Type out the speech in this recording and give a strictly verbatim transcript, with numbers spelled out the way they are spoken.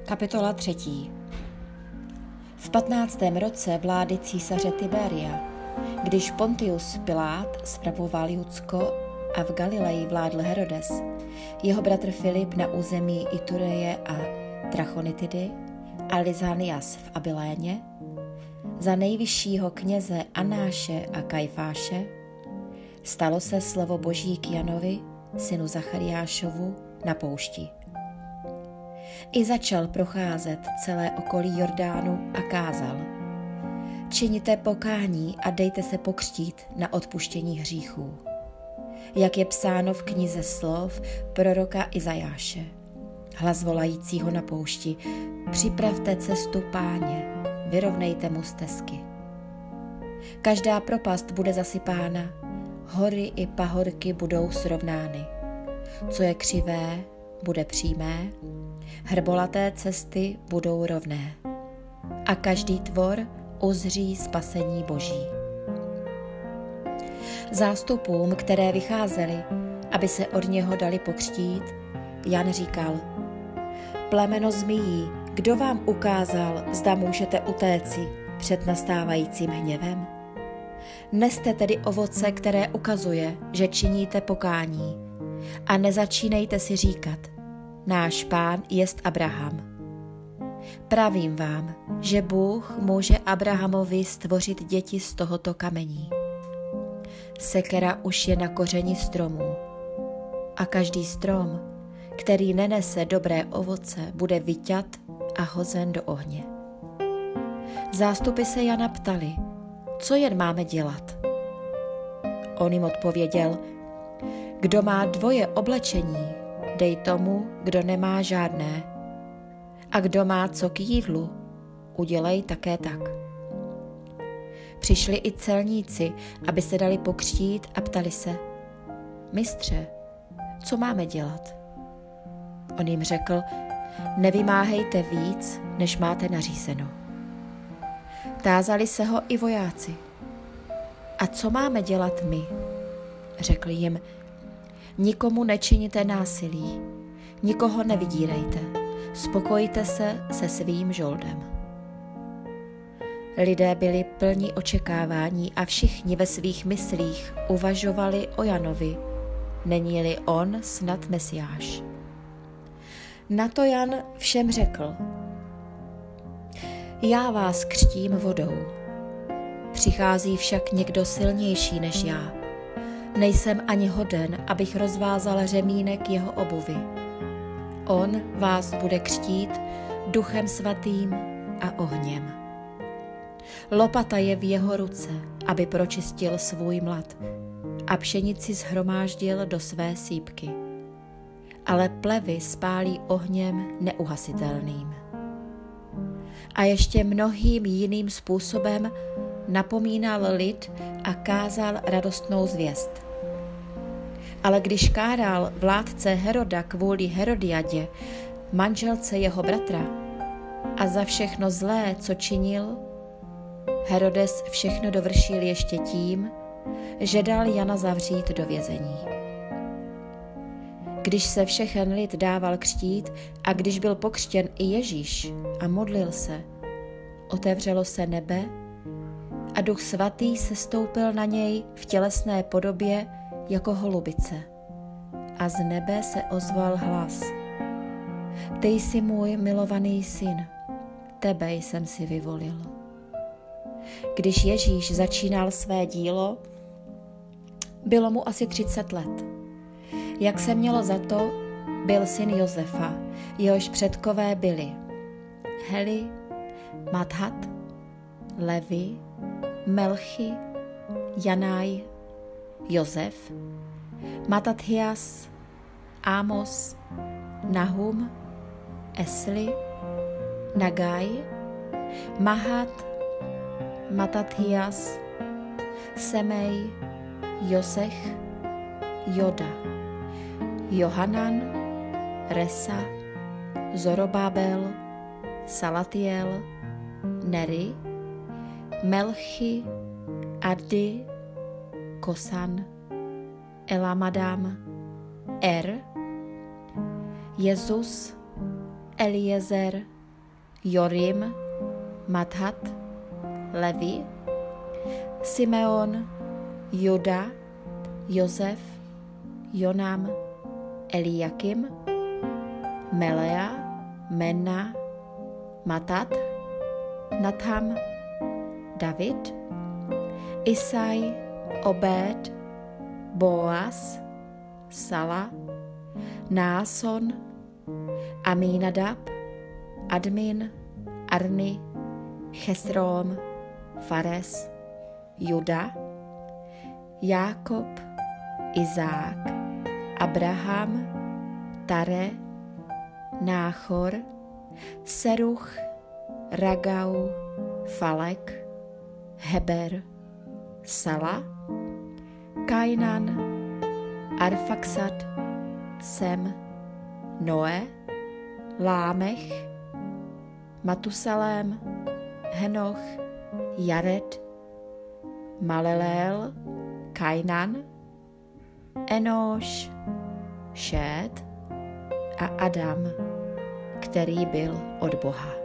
Kapitola třetí. V patnáctém roce vlády císaře Tiberia, když Pontius Pilát spravoval Judsko a v Galileji vládl Herodes, jeho bratr Filip na území Itureje a Trachonitidy a Lysanias v Abiléně, za nejvyššího kněze Anáše a Kajfáše, stalo se slovo Boží k Janovi, synu Zachariášovu, na poušti. I začal procházet celé okolí Jordánu a kázal: čiňte pokání a dejte se pokřtít na odpuštění hříchů, jak je psáno v knize slov proroka Izajáše, hlas volajícího na poušti: připravte cestu Páně, vyrovnejte mu stezky. Každá propast bude zasypána, hory i pahorky budou srovnány. Co je křivé, bude přímé, hrbolaté cesty budou rovné. A každý tvor uzří spasení Boží. Zástupům, které vycházeli, aby se od něho dali pokřtít, Jan říkal: plemeno zmijí, kdo vám ukázal, zda můžete utéci před nastávajícím hněvem? Neste tedy ovoce, které ukazuje, že činíte pokání, a nezačínejte si říkat: náš Pán jest Abraham. Pravím vám, že Bůh může Abrahamovi stvořit děti z tohoto kamení. Sekera už je na kořeni stromů a každý strom, který nenese dobré ovoce, bude vyťat a hozen do ohně. Zástupy se Jana ptali: co jen máme dělat? On jim odpověděl: kdo má dvoje oblečení, dej tomu, kdo nemá žádné. A kdo má co k jídlu, udělej také tak. Přišli i celníci, aby se dali pokřtít, a ptali se: mistře, co máme dělat? On jim řekl: nevymáhejte víc, než máte nařízeno. Tázali se ho i vojáci: a co máme dělat my? Řekl jim: nikomu nečiníte násilí, nikoho nevydírejte, spokojte se se svým žoldem. Lidé byli plní očekávání a všichni ve svých myslích uvažovali o Janovi, není-li on snad Mesiáš. Na to Jan všem řekl: já vás křtím vodou. Přichází však někdo silnější než já. Nejsem ani hoden, abych rozvázal řemínek jeho obuvy. On vás bude křtít Duchem svatým a ohněm. Lopata je v jeho ruce, aby pročistil svůj mlad a pšenici shromáždil do své sýpky. Ale plevy spálí ohněm neuhasitelným. A ještě mnohým jiným způsobem napomínal lid a kázal radostnou zvěst. Ale když káral vládce Heroda kvůli Herodiadě, manželce jeho bratra, a za všechno zlé, co činil, Herodes všechno dovršil ještě tím, že dal Jana zavřít do vězení. Když se všechen lid dával křtít a když byl pokřtěn i Ježíš a modlil se, otevřelo se nebe a Duch svatý sestoupil na něj v tělesné podobě jako holubice. A z nebe se ozval hlas: ty jsi můj milovaný syn, tebe jsem si vyvolil. Když Ježíš začínal své dílo, bylo mu asi třicet let. Jak se mělo za to, byl syn Josefa, jehož předkové byli Heli, Mathat, Levi, Melchi, Janaj, Josef, Matathias, Amos, Nahum, Esli, Nagai, Mahat, Matathias, Semej, Josech, Joda, Johanan, Resa, Zorobabel, Salatiel, Neri, Melchi, Addi, Kosan, Elamadam, Er, Jezus, Eliezer, Jorim, Mathat, Levi, Simeon, Juda, Josef, Jonam, Eliakim, Melea, Menna, Matat, Natham, David, Isai, Obed, Boaz, Sala, Náson, Aminadab, Admin, Arni, Chesrom, Fares, Juda, Jákob, Izák, Abraham, Tare, Náchor, Seruch, Ragau, Falek, Heber, Sala, Kainan, Arfaxad, Sem, Noe, Lámech, Matusalém, Henoch, Jared, Maleleel, Kainan, Enóš, Šét a Adam, který byl od Boha.